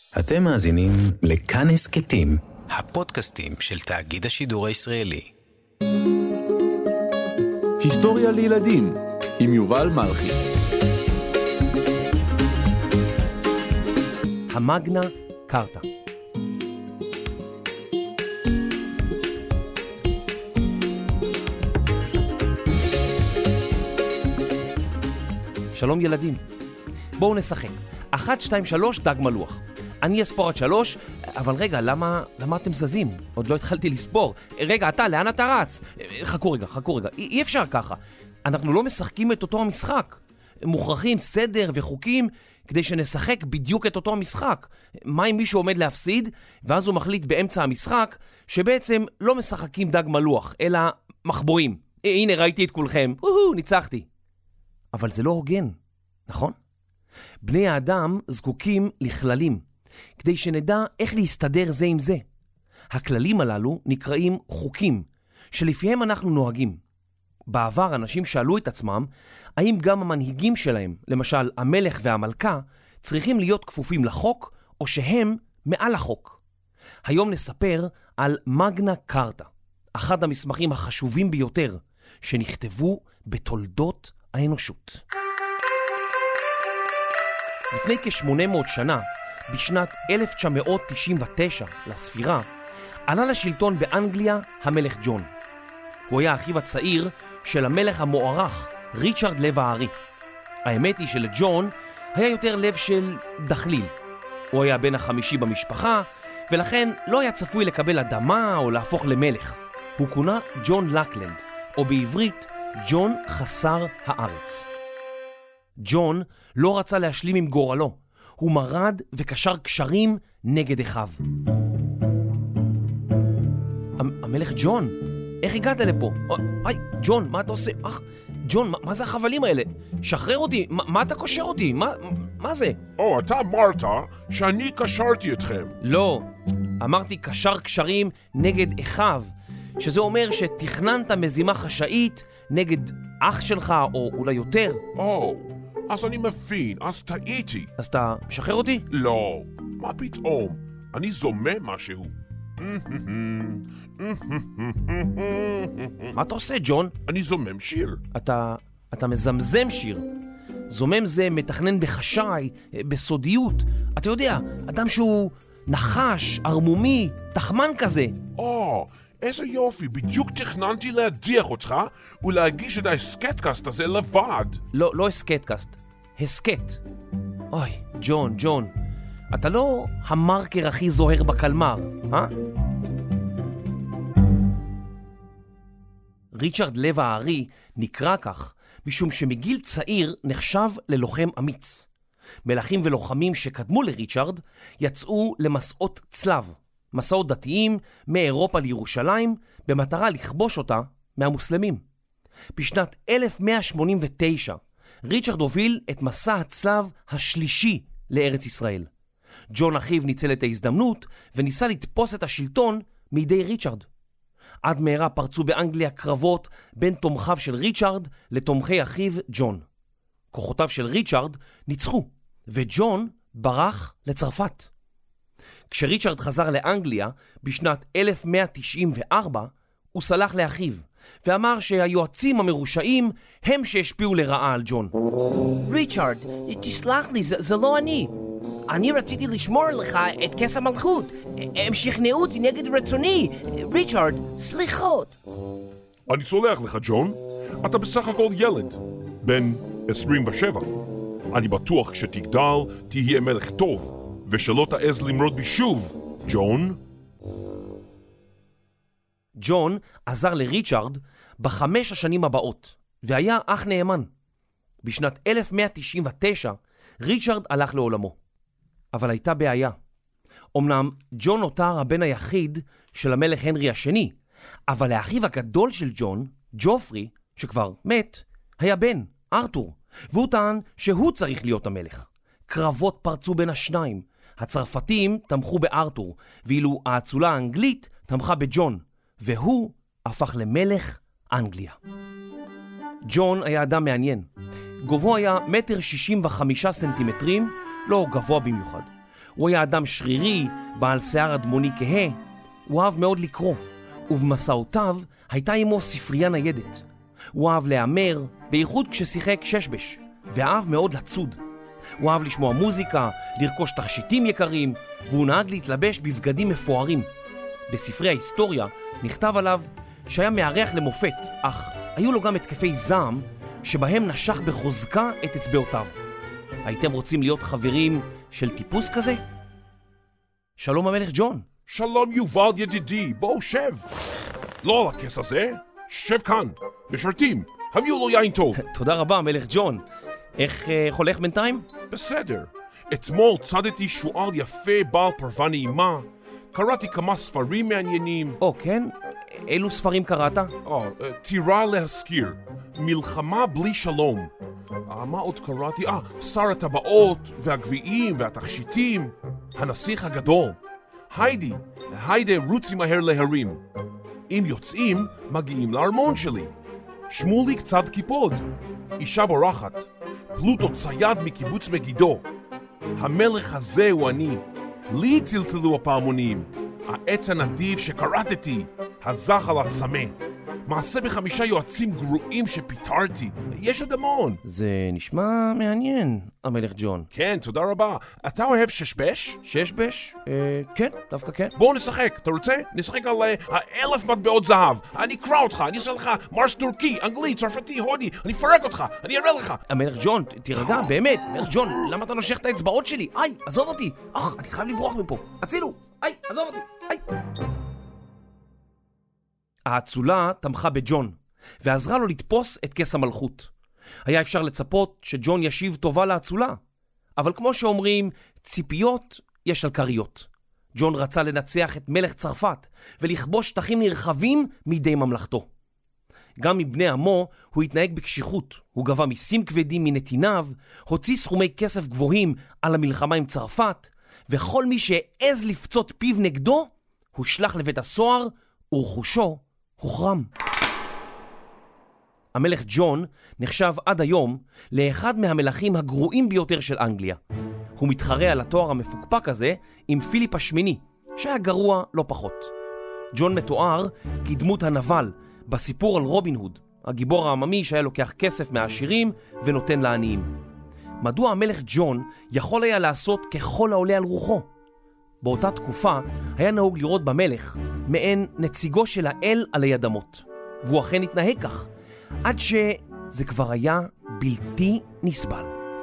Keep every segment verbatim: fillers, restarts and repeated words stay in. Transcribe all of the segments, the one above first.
אתם מאזינים לכאן הסכתים, הפודקאסטים של תאגיד השידור הישראלי. היסטוריה לילדים עם יובל מלכי. המגנה קארטה. שלום ילדים, בואו נשחק. אחת, שתיים, שלוש, דג מלוח. אני אספור עד שלוש, אבל רגע, למה, למה אתם זזים? עוד לא התחלתי לספור. רגע, אתה, לאן אתה רץ? חכו רגע, חכו רגע. אי, אי אפשר ככה. אנחנו לא משחקים את אותו המשחק. מוכרחים סדר וחוקים כדי שנשחק בדיוק את אותו המשחק. מה אם מישהו עומד להפסיד, ואז הוא מחליט באמצע המשחק שבעצם לא משחקים דג מלוח, אלא מחבואים. הנה, ראיתי את כולכם. אוהו, ניצחתי. אבל זה לא הוגן, נכון? בני האדם זקוקים לכללים, כדי שנדע איך להסתדר זה עם זה. הכללים הללו נקראים חוקים, שלפיהם אנחנו נוהגים. בעבר אנשים שאלו את עצמם, האם גם המנהיגים שלהם, למשל המלך והמלכה, צריכים להיות כפופים לחוק, או שהם מעל החוק. היום נספר על מגנה קארטה, אחד המסמכים החשובים ביותר, שנכתבו בתולדות האנושות. לפני כ-שמונה מאות שנה, בשנת אלף תשע מאות תשעים ותשע לספירה, עלה לשלטון באנגליה המלך ג'ון. הוא היה אחיו הצעיר של המלך המוערך, ריצ'רד לב הארי. האמת היא שלג'ון היה יותר לב של דחליל. הוא היה בן החמישי במשפחה, ולכן לא היה צפוי לקבל אדמה או להפוך למלך. הוא כונה ג'ון לקלנד, או בעברית ג'ון חסר הארץ. ג'ון לא רצה להשלים עם גורלו. הוא מרד וקשר קשרים נגד אחיו. המלך ג'ון, איך הגעת לפה? היי, ג'ון, מה אתה עושה? אך, ג'ון, מה, מה זה החבלים האלה? שחרר אותי, מה, מה אתה קושר אותי? מה, מה זה? או, אתה אמרת שאני קשרתי אתכם. לא, אמרתי קשר קשרים נגד אחיו, שזה אומר שתכננת מזימה חשאית נגד אח שלך, או אולי יותר. או, אז אני מבין, אז טעיתי. אז אתה משחרר אותי? לא, מה פתאום? אני זומם משהו. מה אתה עושה, ג'ון? אני זומם שיר. אתה, אתה מזמזם שיר. זומם זה מתכנן בחשאי, בסודיות. אתה יודע, אדם שהוא נחש, ערמומי, תחמן כזה. או, איזה יופי, בדיוק תכננתי להדיח אותך ולהגיש את ההסקטקאסט הזה לבד. לא, לא הסקטקאסט, הסקט. אוי, ג'ון, ג'ון, אתה לא המרקר הכי זוהר בקלמר, אה? ריצ'רד לב הארי נקרא כך משום שמגיל צעיר נחשב ללוחם אמיץ. מלכים ולוחמים שקדמו לריצ'רד יצאו למסעות צלב, מסעות דתיים מאירופה לירושלים, במטרה לכבוש אותה מהמוסלמים. בשנת אלף מאה שמונים ותשע, ריצ'רד הוביל את מסע הצלב השלישי לארץ ישראל. ג'ון אחיו ניצל את ההזדמנות וניסה לתפוס את השלטון מידי ריצ'רד. עד מהרה פרצו באנגליה קרבות בין תומכיו של ריצ'רד לתומכי אחיו ג'ון. כוחותיו של ריצ'רד ניצחו, וג'ון ברח לצרפת. כשריצ'רד חזר לאנגליה בשנת אלף מאה תשעים וארבע, הוא סלח לאחיו, ואמר שהיועצים המרושעים הם שהשפיעו לרעה על ג'ון. ריצ'רד, תסלח לי, זה, זה לא אני. אני רציתי לשמור לך את כס המלכות. הם שכנעו אותי נגד רצוני. ריצ'רד, סליחות. אני סולח לך, ג'ון. אתה בסך הכל ילד. בן עשרים ושבע. אני בטוח כשתגדל תהיה מלך טוב. ושלא תעז למרוד בי שוב, ג'ון. ג'ון עזר לריצ'רד בחמש השנים הבאות, והיה אח נאמן. בשנת אלף מאה תשעים ותשע, ריצ'רד הלך לעולמו. אבל הייתה בעיה. אמנם ג'ון נותר הבן היחיד של המלך הנרי השני, אבל לאחיו הגדול של ג'ון, ג'ופרי, שכבר מת, היה בן, ארתור, והוא טען שהוא צריך להיות המלך. קרבות פרצו בין השניים. הצרפתים תמכו בארתור, ואילו האצולה האנגלית תמכה בג'ון, והוא הפך למלך אנגליה. ג'ון היה אדם מעניין. גובהו היה מטר שישים וחמישה סנטימטרים, לא גבוה במיוחד. הוא היה אדם שרירי, בעל שיער אדמוני כהה. הוא אהב מאוד לקרוא, ובמסעותיו הייתה עמו ספרייה ניידת. הוא אהב להיאמר, בייחוד כששיחק ששבש, ואהב מאוד לצוד. הוא אהב לשמוע מוזיקה, לרכוש תכשיטים יקרים, והוא נהג להתלבש בבגדים מפוארים. בספרי ההיסטוריה נכתב עליו שהיה מארח למופת, אך היו לו גם התקפי זעם שבהם נשך בחוזקה את אצבעותיו. הייתם רוצים להיות חברים של טיפוס כזה? שלום המלך ג'ון. שלום יובל ידידי, בוא שב. לא על הכס הזה, שב כאן, משרתים, הביאו לו יין טוב. תודה רבה המלך ג'ון. איך אה, חולך בינתיים? בסדר. אתמול צדתי שועל יפה בעל פרווה נעימה, קראתי כמה ספרים מעניינים. או, כן? אילו ספרים קראת? או, טירה להזכיר, מלחמה בלי שלום. אה, מה עוד קראתי? אה, שר הטבעות והגביעים והתכשיטים, הנסיך הגדול. היידי, היידי רוצי מהר להרים. אם יוצאים, מגיעים לארמון שלי. שמוליק צד קיפוד, אישה בורחת, פלוטו צייד מקיבוץ מגידו. המלך הזה הוא אני, לי צלצלו הפעמונים, העץ הנדיב שקראתי, הזחל הצמא. מעשה בחמישה יועצים גרועים שפיטרתי, יש עוד המון. זה נשמע מעניין, המלך ג'ון. כן, תודה רבה. אתה אוהב ששבש? ששבש? אה, כן, דווקא כן. בואו נשחק, אתה רוצה? נשחק על uh, האלף מטבעות זהב. אני אקרא אותך, אני אעשה לך מרש טורקי, אנגלי, צרפתי, הודי, אני אפרק אותך, אני אראה לך. המלך ג'ון, תירגע, באמת. המלך ג'ון, למה אתה נושך את האצבעות שלי? איי, עזוב אותי. אך, אני חייב לברוח מפה. הצילו. איי, עזוב אותי. איי. האצולה תמכה בג'ון, ועזרה לו לתפוס את כס המלכות. היה אפשר לצפות שג'ון ישיב טובה לאצולה, אבל כמו שאומרים, ציפיות יש על קריות. ג'ון רצה לנצח את מלך צרפת, ולכבוש שטחים נרחבים מידי ממלכתו. גם מבני עמו הוא התנהג בקשיחות, הוא גבה מיסים כבדים מנתיניו, הוציא סכומי כסף גבוהים על המלחמה עם צרפת, וכל מי שהעז לפצות פיו נגדו, הושלח לבית הסוהר, ורכושו הוחרם. המלך ג'ון נחשב עד היום לאחד מהמלכים הגרועים ביותר של אנגליה. הוא מתחרה על התואר המפוקפק הזה עם פיליפ השמיני, שהיה גרוע לא פחות. ג'ון מתואר כדמות הנבל בסיפור על רובין הוד, הגיבור העממי שהיה לוקח כסף מהעשירים ונותן לעניים. מדוע המלך ג'ון יכול היה לעשות ככל העולה על רוחו? באותה תקופה היה נהוג לראות במלך מעין נציגו של האל עלי אדמות, והוא אכן התנהג כך, עד שזה כבר היה בלתי נסבל.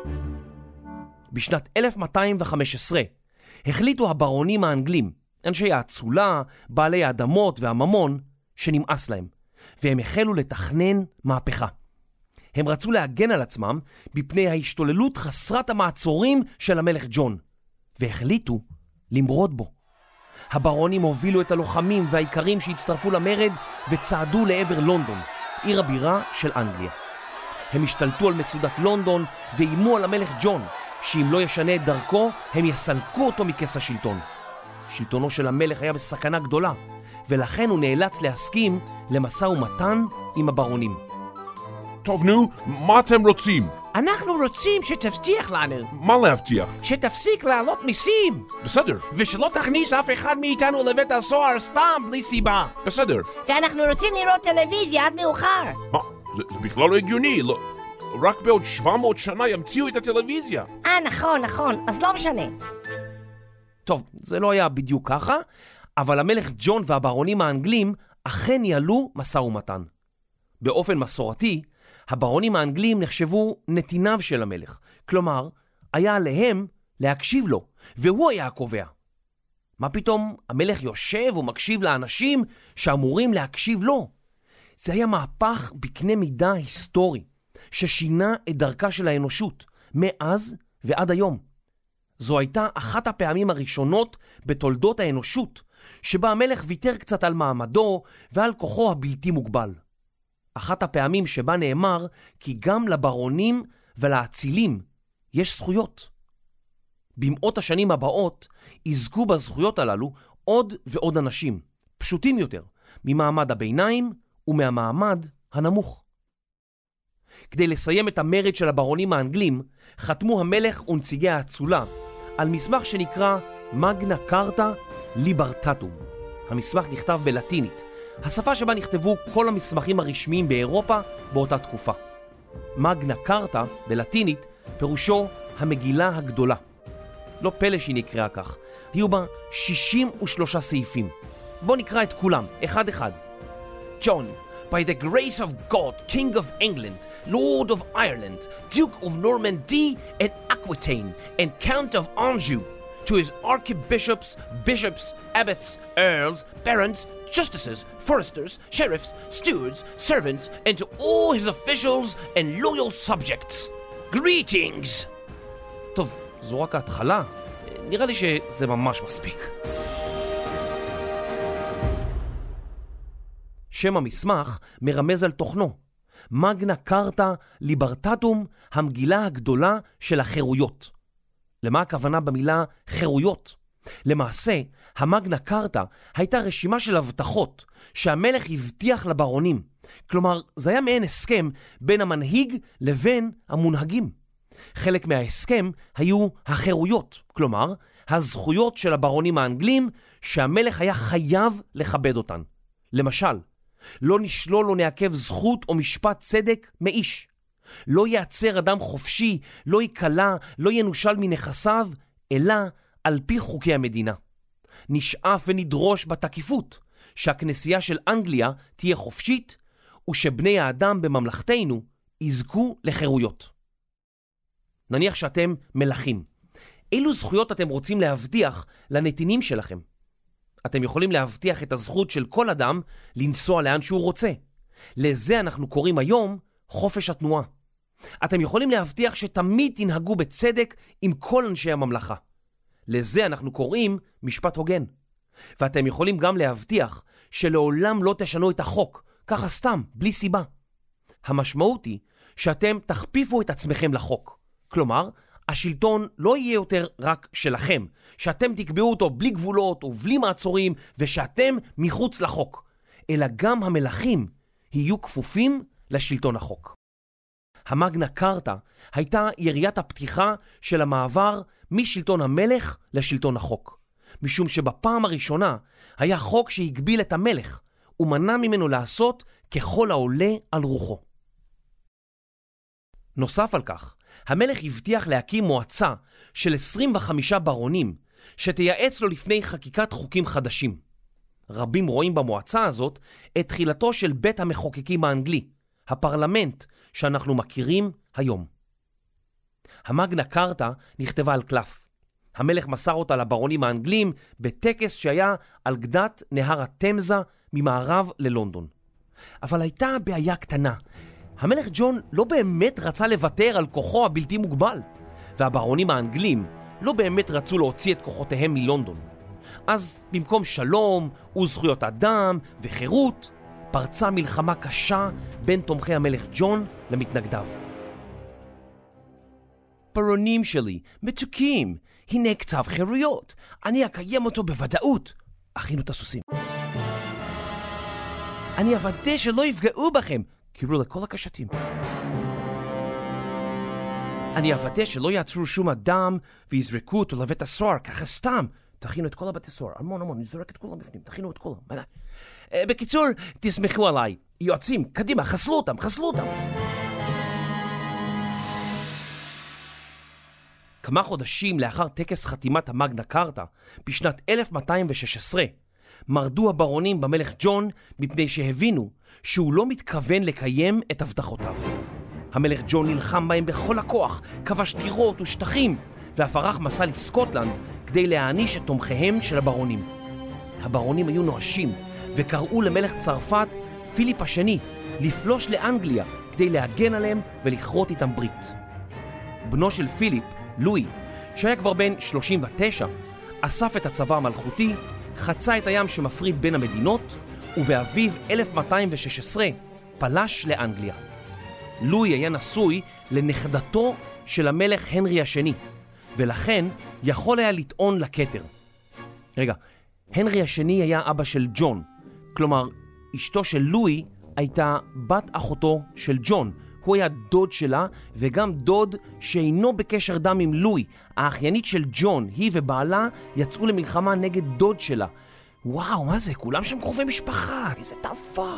בשנת אלף מאתיים וחמש עשרה החליטו הברונים האנגלים, אנשי האצולה, בעלי האדמות והממון, שנמאס להם, והם החלו לתכנן מהפכה. הם רצו להגן על עצמם בפני ההשתוללות חסרת המעצורים של המלך ג'ון, והחליטו למרוד בו. הברונים הובילו את הלוחמים והעיקרים שהצטרפו למרד וצעדו לעבר לונדון, עיר הבירה של אנגליה. הם השתלטו על מצודת לונדון ואיימו על המלך ג'ון, שאם לא ישנה את דרכו, הם יסלקו אותו מכס השלטון. שלטונו של המלך היה בסכנה גדולה, ולכן הוא נאלץ להסכים למשא ומתן עם הברונים. טוב נו, מה אתם רוצים? אנחנו רוצים שתבטיח לנו. מה להבטיח? שתפסיק להעלות מיסים. בסדר. ושלא תכניס אף אחד מאיתנו לבית הסוהר סתם בלי סיבה. בסדר. ואנחנו רוצים לראות טלוויזיה עד מאוחר. מה? זה, זה בכלל לא הגיוני. לא, רק בעוד שבע מאות שנה ימציאו את הטלוויזיה. אה, נכון, נכון. אז לא משנה. טוב, זה לא היה בדיוק ככה, אבל המלך ג'ון והברונים האנגלים אכן ניהלו משא ומתן. באופן מסורתי, הברונים האנגלים נחשבו נתיניו של המלך. כלומר, היה עליהם להקשיב לו, והוא היה הקובע. מה פתאום המלך יושב ומקשיב לאנשים שאמורים להקשיב לו? זה היה מהפך בקנה מידה היסטורי, ששינה את דרכה של האנושות, מאז ועד היום. זו הייתה אחת הפעמים הראשונות בתולדות האנושות, שבה המלך ויתר קצת על מעמדו ועל כוחו הבלתי מוגבל. אחת הפעמים שבה נאמר כי גם לברונים ולאצילים יש זכויות. במאות השנים הבאות יזכו בזכויות הללו עוד ועוד אנשים, פשוטים יותר, ממעמד הביניים ומהמעמד הנמוך. כדי לסיים את המרד של הברונים האנגלים, חתמו המלך ונציגי האצולה על מסמך שנקרא מגנה קרטה ליברטטום. המסמך נכתב בלטינית, השפה שבה נכתבו כל המסמכים הרשמיים באירופה באותה תקופה. מגנה קרטה בלטינית פירושו המגילה הגדולה. לא פלא שהיא נקראה כך, היו בה שישים ושלושה סעיפים. בוא נקרא את כולם, אחד אחד. John, by the grace of God, King of England, Lord of Ireland, Duke of Normandy and Aquitaine, and Count of Anjou, to his archbishops, bishops, abbots, earls, barons, justices, foresters, sheriffs, stewards, servants, and to all his officials and loyal subjects. Greetings! טוב, זו רק ההתחלה. נראה לי שזה ממש מספיק. שם המסמך מרמז על תוכנו. מגנה קרטה ליברטטום, המגילה הגדולה של החירויות. למה הכוונה במילה חירויות? למעשה, המגנה קרטה הייתה רשימה של הבטחות שהמלך הבטיח לברונים. כלומר, זה היה מעין הסכם בין המנהיג לבין המונהגים. חלק מההסכם היו החירויות, כלומר, הזכויות של הברונים האנגלים שהמלך היה חייב לכבד אותן. למשל, לא נשלול או נעכב זכות או משפט צדק מאיש. לא יעצר אדם חופשי, לא יקלה, לא ינושל מנכסיו, אלא על פי חוקי המדינה. נשאף ונדרוש בתקיפות שהכנסייה של אנגליה תהיה חופשית, ושבני האדם בממלכתנו יזכו לחירויות. נניח שאתם מלכים. אילו זכויות אתם רוצים להבטיח לנתינים שלכם? אתם יכולים להבטיח את הזכות של כל אדם לנסוע לאן שהוא רוצה. לזה אנחנו קוראים היום חופש התנועה. אתם יכולים להבטיח שתמיד תנהגו בצדק עם כל אנשי הממלכה. לזה אנחנו קוראים משפט הוגן. ואתם יכולים גם להבטיח שלעולם לא תשנו את החוק, ככה סתם, בלי סיבה. המשמעות היא שאתם תכפיפו את עצמכם לחוק. כלומר, השלטון לא יהיה יותר רק שלכם, שאתם תקבעו אותו בלי גבולות ובלי מעצורים, ושאתם מחוץ לחוק, אלא גם המלכים יהיו כפופים לשלטון החוק. המגנה קרטה הייתה יריית הפתיחה של המעבר משלטון המלך לשלטון החוק, משום שבפעם הראשונה היה חוק שהגביל את המלך ומנע ממנו לעשות ככל העולה על רוחו. נוסף על כך, המלך הבטיח להקים מועצה של עשרים וחמישה ברונים שתייעץ לו לפני חקיקת חוקים חדשים. רבים רואים במועצה הזאת את תחילתו של בית המחוקקים האנגלי, הפרלמנט שאנחנו מכירים היום. המגנה קרטה נכתבה על קלף. המלך מסר אותה לברונים האנגלים בטקס שהיה על גדת נהר התמזה ממערב ללונדון. אבל הייתה בעיה קטנה. המלך ג'ון לא באמת רצה לוותר על כוחו הבלתי מוגבל, והברונים האנגלים לא באמת רצו להוציא את כוחותיהם מלונדון. אז במקום שלום וזכויות אדם וחירות, פרצה מלחמה קשה בין תומכי המלך ג'ון למתנגדיו. ברונים שלי, מתוקים, הנה כתב חירויות, אני אקיים אותו בוודאות. הכינו את הסוסים. אני אוודא שלא יפגעו בכם, קירו לכל הקשתים. אני אוודא שלא יעצרו שום אדם ויזרקו אותו לבית הסוהר, ככה סתם. תכינו את כל הבתי סוהר, המון המון, נזרק את כולם בפנים, תכינו את כולם. בקיצור, תסמכו עליי. יועצים, קדימה, חסלו אותם, חסלו אותם. כמה חודשים לאחר טקס חתימת המגנה קרטה, בשנת אלף מאתיים ושש עשרה, מרדו הברונים במלך ג'ון מפני שהבינו שהוא לא מתכוון לקיים את הבטחותיו. המלך ג'ון נלחם בהם בכל הכוח, כבש טירות ושטחים, ואף ערך מסע לסקוטלנד כדי להעניש את תומכיהם של הברונים. הברונים היו נואשים וקראו למלך צרפת פיליפ השני לפלוש לאנגליה כדי להגן עליהם ולכרות איתם ברית. בנו של פיליפ, לואי, שהיה כבר בן שלושים ותשע, אסף את הצבא המלכותי, חצה את הים שמפריד בין המדינות, ובאביב אלף מאתיים ושש עשרה פלש לאנגליה. לואי היה נשוי לנכדתו של המלך הנרי השני, ולכן יכול היה לטעון לכתר. רגע, הנרי השני היה אבא של ג'ון, כלומר, אשתו של לואי הייתה בת אחותו של ג'ון, הוא היה דוד שלה וגם דוד שאינו בקשר דם עם לואי, האחיינית של ג'ון. היא ובעלה יצאו למלחמה נגד דוד שלה. וואו, מה זה? כולם שם קרובי משפחה, איזה דבר.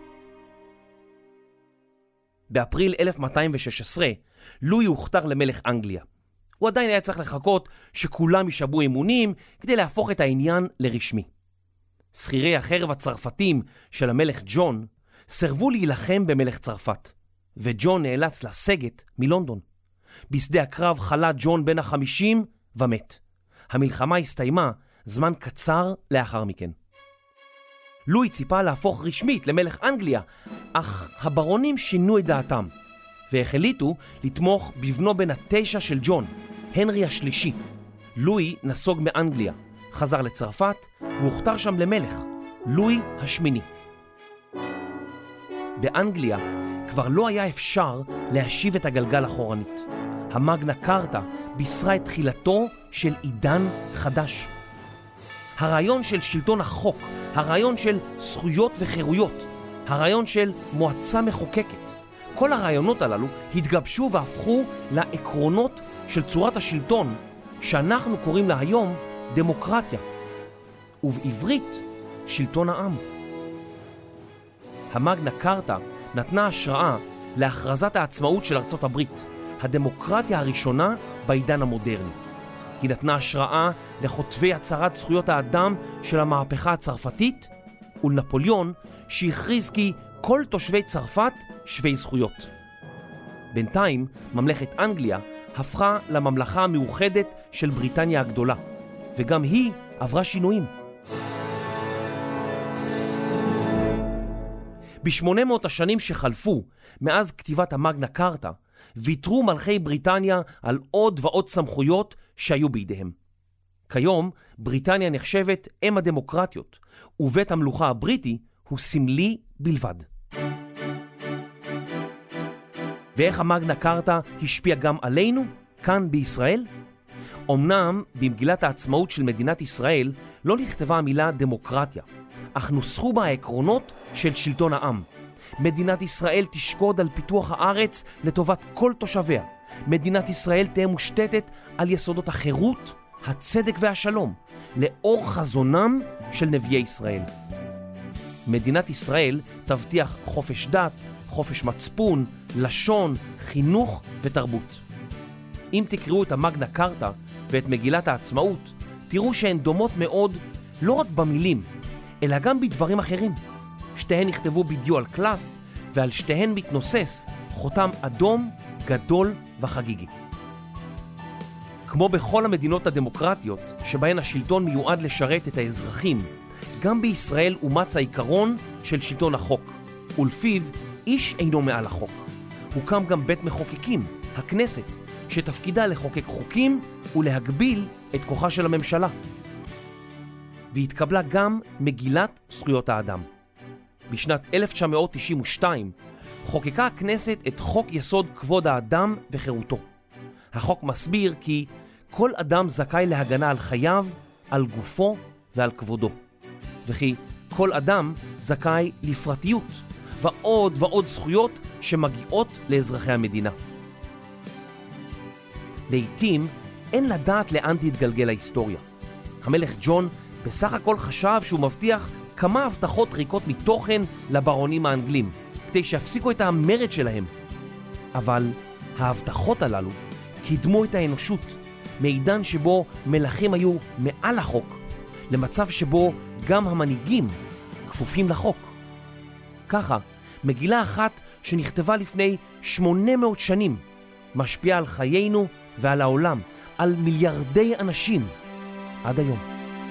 באפריל אלף מאתיים ושש עשרה, לואי הוכתר למלך אנגליה. הוא עדיין היה צריך לחכות שכולם ישבו אמונים כדי להפוך את העניין לרשמי. שכירי החרב הצרפתים של המלך ג'ון סרבו להילחם במלך צרפת, וג'ון נאלץ לסגת מלונדון. בשדה הקרב חלה ג'ון בן החמישים ומת. המלחמה הסתיימה זמן קצר לאחר מכן. לואי ציפה להפוך רשמית למלך אנגליה, אך הברונים שינו את דעתם, והחליטו לתמוך בבנו בן התשע של ג'ון, הנרי השלישי. לואי נסוג מאנגליה, חזר לצרפת, והוכתר שם למלך, לואי השמיני. באנגליה כבר לא היה אפשר להשיב את הגלגל אחורנית. המגנה קרטה בישרה את תחילתו של עידן חדש. הרעיון של שלטון החוק, הרעיון של זכויות וחירויות, הרעיון של מועצה מחוקקת, כל הרעיונות הללו התגבשו והפכו לעקרונות של צורת השלטון שאנחנו קוראים לה היום דמוקרטיה, ובעברית שלטון העם. המגנה קרטה נתנה השראה להכרזת העצמאות של ארצות הברית, הדמוקרטיה הראשונה בעידן המודרני. היא נתנה השראה לכותבי הצהרת זכויות האדם של המהפכה הצרפתית ולנפוליאון, שהכריז כי כל תושבי צרפת שווי זכויות. בינתיים ממלכת אנגליה הפכה לממלכה המאוחדת של בריטניה הגדולה, וגם היא עברה שינויים. ב-שמונה מאות השנים שחלפו מאז כתיבת המגנה קרטה, ויתרו מלכי בריטניה על עוד ועוד סמכויות שהיו בידיהם. כיום בריטניה נחשבת אם הדמוקרטיות, ובית המלוכה הבריטי הוא סמלי בלבד. ואיך המגנה קרטה השפיע גם עלינו, כאן בישראל? אמנם במגילת העצמאות של מדינת ישראל לא נכתבה המילה דמוקרטיה, אך נוסחו בה העקרונות של שלטון העם. מדינת ישראל תשקוד על פיתוח הארץ לטובת כל תושביה. מדינת ישראל תהיה מושתתת על יסודות החירות, הצדק והשלום, לאור חזונם של נביאי ישראל. מדינת ישראל תבטיח חופש דת, חופש מצפון, לשון, חינוך ותרבות. אם תקראו את המגנה קרטה ואת מגילת העצמאות, תראו שהן דומות מאוד לא רק במילים, אלא גם בדברים אחרים. שתיהן נכתבו בדיו על קלף, ועל שתיהן מתנוסס חותם אדום, גדול וחגיגי. כמו בכל המדינות הדמוקרטיות שבהן השלטון מיועד לשרת את האזרחים, גם בישראל אומץ העיקרון של שלטון החוק, ולפיו איש אינו מעל החוק. הוקם גם בית מחוקקים, הכנסת, שתפקידה לחוקק חוקים ולהגביל את כוחה של הממשלה. והתקבלה גם מגילת זכויות האדם. בשנת אלף תשע מאות תשעים ושתיים חוקקה הכנסת את חוק יסוד כבוד האדם וחירותו. החוק מסביר כי כל אדם זכאי להגנה על חייו, על גופו ועל כבודו, וכי כל אדם זכאי לפרטיות ועוד ועוד זכויות שמגיעות לאזרחי המדינה. לעתים אין לדעת לאן תתגלגל ההיסטוריה. המלך ג'ון בסך הכל חשב שהוא מבטיח כמה הבטחות ריקות מתוכן לברונים האנגלים, כדי שיפסיקו את המרד שלהם. אבל ההבטחות הללו קידמו את האנושות, מעידן שבו מלכים היו מעל החוק, למצב שבו גם המנהיגים כפופים לחוק. ככה, מגילה אחת שנכתבה לפני שמונה מאות שנים, משפיעה על חיינו ועל העולם, על מיליארדי אנשים, עד היום.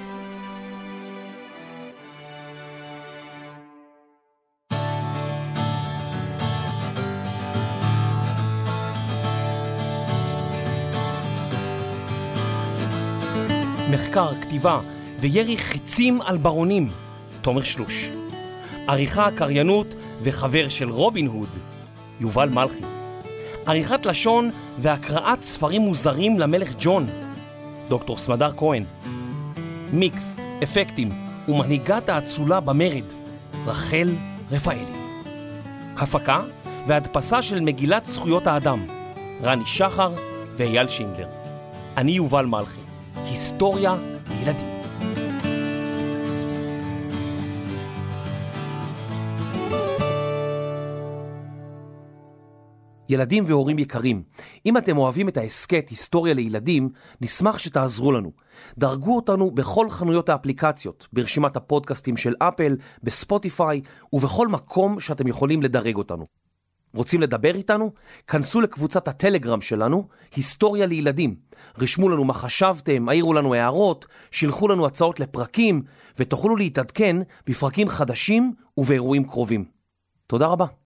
מחקר, כתיבה וירי חיצים על ברונים, תומר שלוש. עריכה, קריינות וחבר של רובין הוד, יובל מלכי. עריכת לשון והקראת ספרים מוזרים למלך ג'ון, דוקטור סמדר כהן. מיקס, אפקטים ומנהיגת האצולה במרד, רחל רפאלי. הפקה והדפסה של מגילת זכויות האדם, רני שחר ואייל שינדלר. אני יובל מלכי, היסטוריה לילדים. ילדים והורים יקרים, אם אתם אוהבים את העסקת היסטוריה לילדים, נשמח שתעזרו לנו. דרגו אותנו בכל חנויות האפליקציות, ברשימת הפודקאסטים של אפל, בספוטיפיי ובכל מקום שאתם יכולים לדרג אותנו. רוצים לדבר איתנו? כנסו לקבוצת הטלגרם שלנו, היסטוריה לילדים. רשמו לנו מה חשבתם, העירו לנו הערות, שילחו לנו הצעות לפרקים, ותוכלו להתעדכן בפרקים חדשים ובאירועים קרובים. תודה רבה.